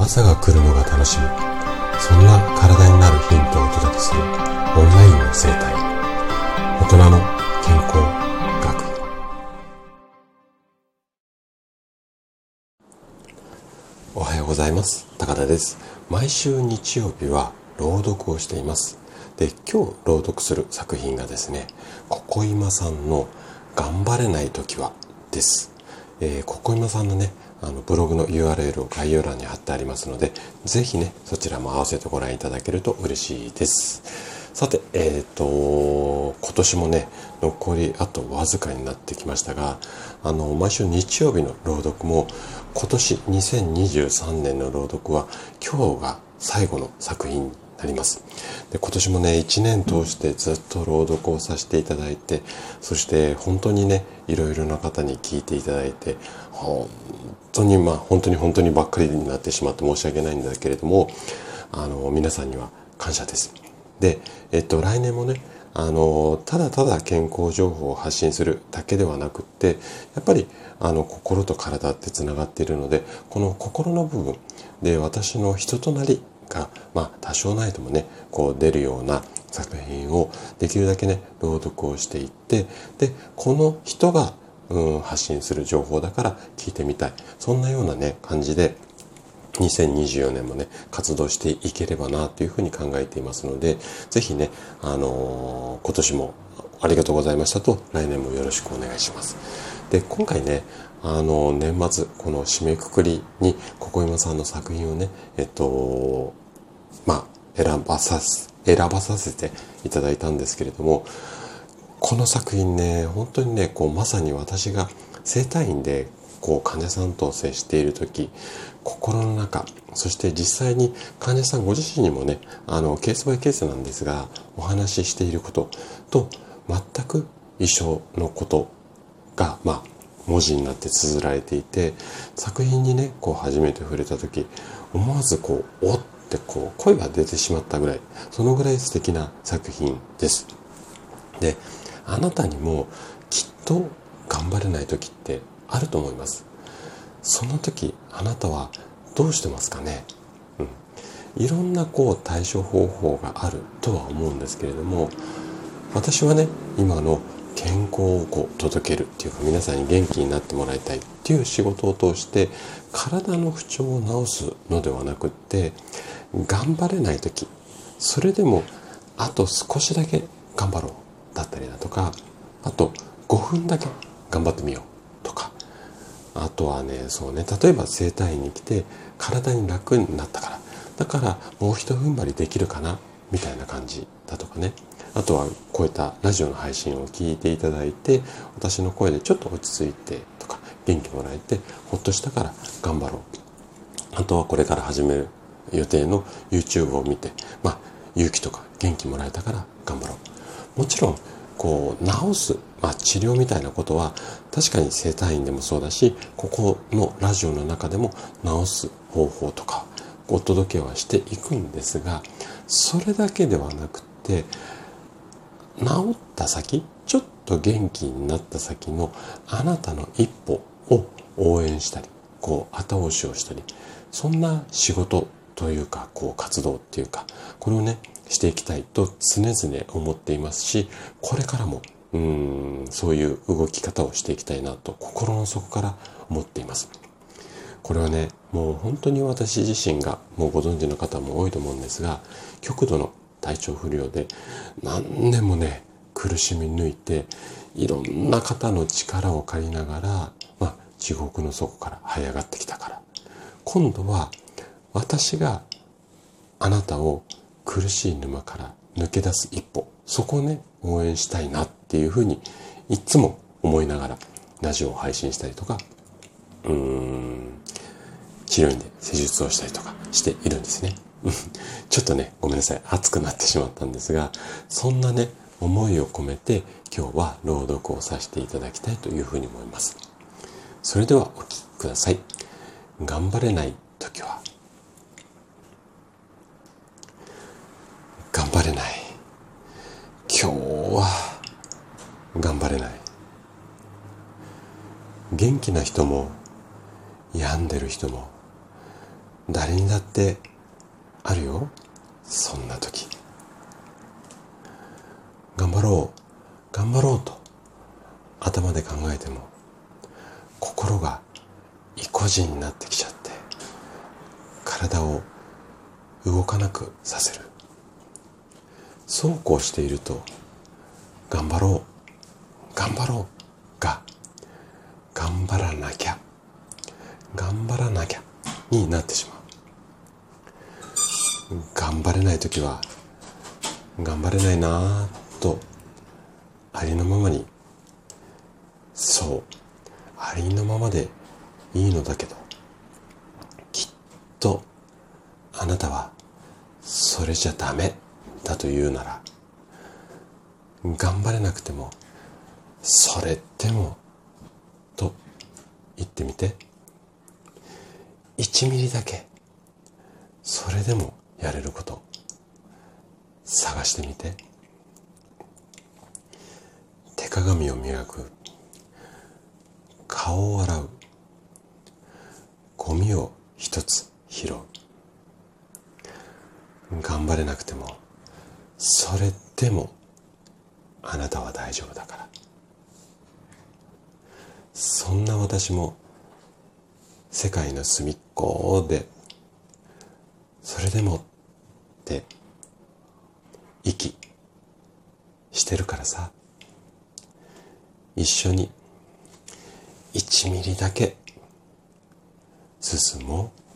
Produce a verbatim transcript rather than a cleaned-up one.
朝が来るのが楽しみ、そんな体になるヒントをお届けするオンラインの生態、大人の健康学。おはようございます。高田です。毎週日曜日は朗読をしています。で、今日朗読する作品がですね、ここいまさんの頑張れない時はです。えー、ここいまさんのね、あのブログの ユーアールエル を概要欄に貼ってありますので、ぜひね、そちらも合わせてご覧いただけると嬉しいです。さて、えっと、今年もね、残りあとわずかになってきましたが、あの、毎週日曜日の朗読も、今年にせんにじゅうさんねんの朗読は、今日が最後の作品になります。で、今年もね、いちねん通してずっと朗読をさせていただいて、そして本当にね、いろいろな方に聞いていただいて、本当にまあ本当に本当にばっかりになってしまって申し訳ないんだけれども、あの皆さんには感謝です。で、えっと来年もね、あのただただ健康情報を発信するだけではなくって、やっぱりあの心と体ってつながっているので、この心の部分で私の人となりが、まあ多少ないともね、こう出るような作品をできるだけね、朗読をしていって、で、この人が、うん、発信する情報だから聞いてみたい。そんなようなね、感じで、にせんにじゅうよねんもね、活動していければなというふうに考えていますので、ぜひね、あのー、今年もありがとうございましたと、来年もよろしくお願いします。で、今回ね、あの、年末、この締めくくりに、ここいまさんの作品をね、えっと、まあ、選ばさせ、選ばさせていただいたんですけれども、この作品ね、本当にね、こう、まさに私が整体院で、こう、患者さんと接しているとき、心の中、そして実際に患者さんご自身にもね、あの、ケースバイケースなんですが、お話ししていることと、全く一緒のことが、まあ、文字になって綴られていて、作品にね、こう、初めて触れたとき、思わずこう、おっってこう声が出てしまったぐらい、そのぐらい素敵な作品です。で、あなたにもきっと頑張れない時ってあると思います。その時あなたはどうしてますかね。うん、いろんなこう対処方法があるとは思うんですけれども、私はね、今の健康をこう届けるっていうか、皆さんに元気になってもらいたいっていう仕事を通して体の不調を治すのではなくって、頑張れない時、それでもあと少しだけ頑張ろうだったりだとか、あとごふんだけ頑張ってみようとか、あとはね、そうね、例えば整体院に来て体に楽になったから、だからもう一踏ん張りできるかなみたいな感じだとかね、あとはこういったラジオの配信を聞いていただいて、私の声でちょっと落ち着いてとか、元気もらえてほっとしたから頑張ろう。あとはこれから始める予定の YouTube を見て、まあ、勇気とか元気もらえたから頑張ろう。もちろん、こう、治す、まあ、治療みたいなことは、確かに整体院でもそうだし、ここのラジオの中でも治す方法とか、お届けはしていくんですが、それだけではなくて、治った先、ちょっと元気になった先のあなたの一歩を応援したり、こう、後押しをしたり、そんな仕事というか、こう活動っていうか、これをね、していきたいと常々思っていますし、これからも、うーん、そういう動き方をしていきたいなと心の底から思っています。これはね、もう本当に私自身が、もうご存知の方も多いと思うんですが、極度の体調不良で何年もね、苦しみ抜いて、いろんな方の力を借りながら、まあ、地獄の底から這い上がってきたから、今度は私があなたを苦しい沼から抜け出す一歩、そこをね、応援したいなっていうふうにいつも思いながらラジオを配信したりとか、うーん、治療院で施術をしたりとかしているんですね。ちょっとね、ごめんなさい、熱くなってしまったんですが、そんなね、思いを込めて今日は朗読をさせていただきたいというふうに思います。それではお聞きください。頑張れない時は、頑張れない。今日は頑張れない。元気な人も病んでる人も誰にだってあるよ、そんな時。頑張ろう頑張ろうと頭で考えても、心が意固地になってきちゃって、体を動かなくさせる。そうこうしていると、頑張ろう頑張ろうが、頑張らなきゃ頑張らなきゃになってしまう。頑張れないときは、頑張れないなぁとありのままに、そう、ありのままでいいのだけど、きっとあなたはそれじゃダメだと言うなら、頑張れなくてもそれでもと言ってみて。いちミリだけそれでもやれること探してみて。手鏡を磨く、顔を洗う、ゴミを一つ拾う。頑張れなくてもそれでもあなたは大丈夫だから。そんな私も世界の隅っこで、それでもって息してるからさ。一緒にいちミリだけ進もう。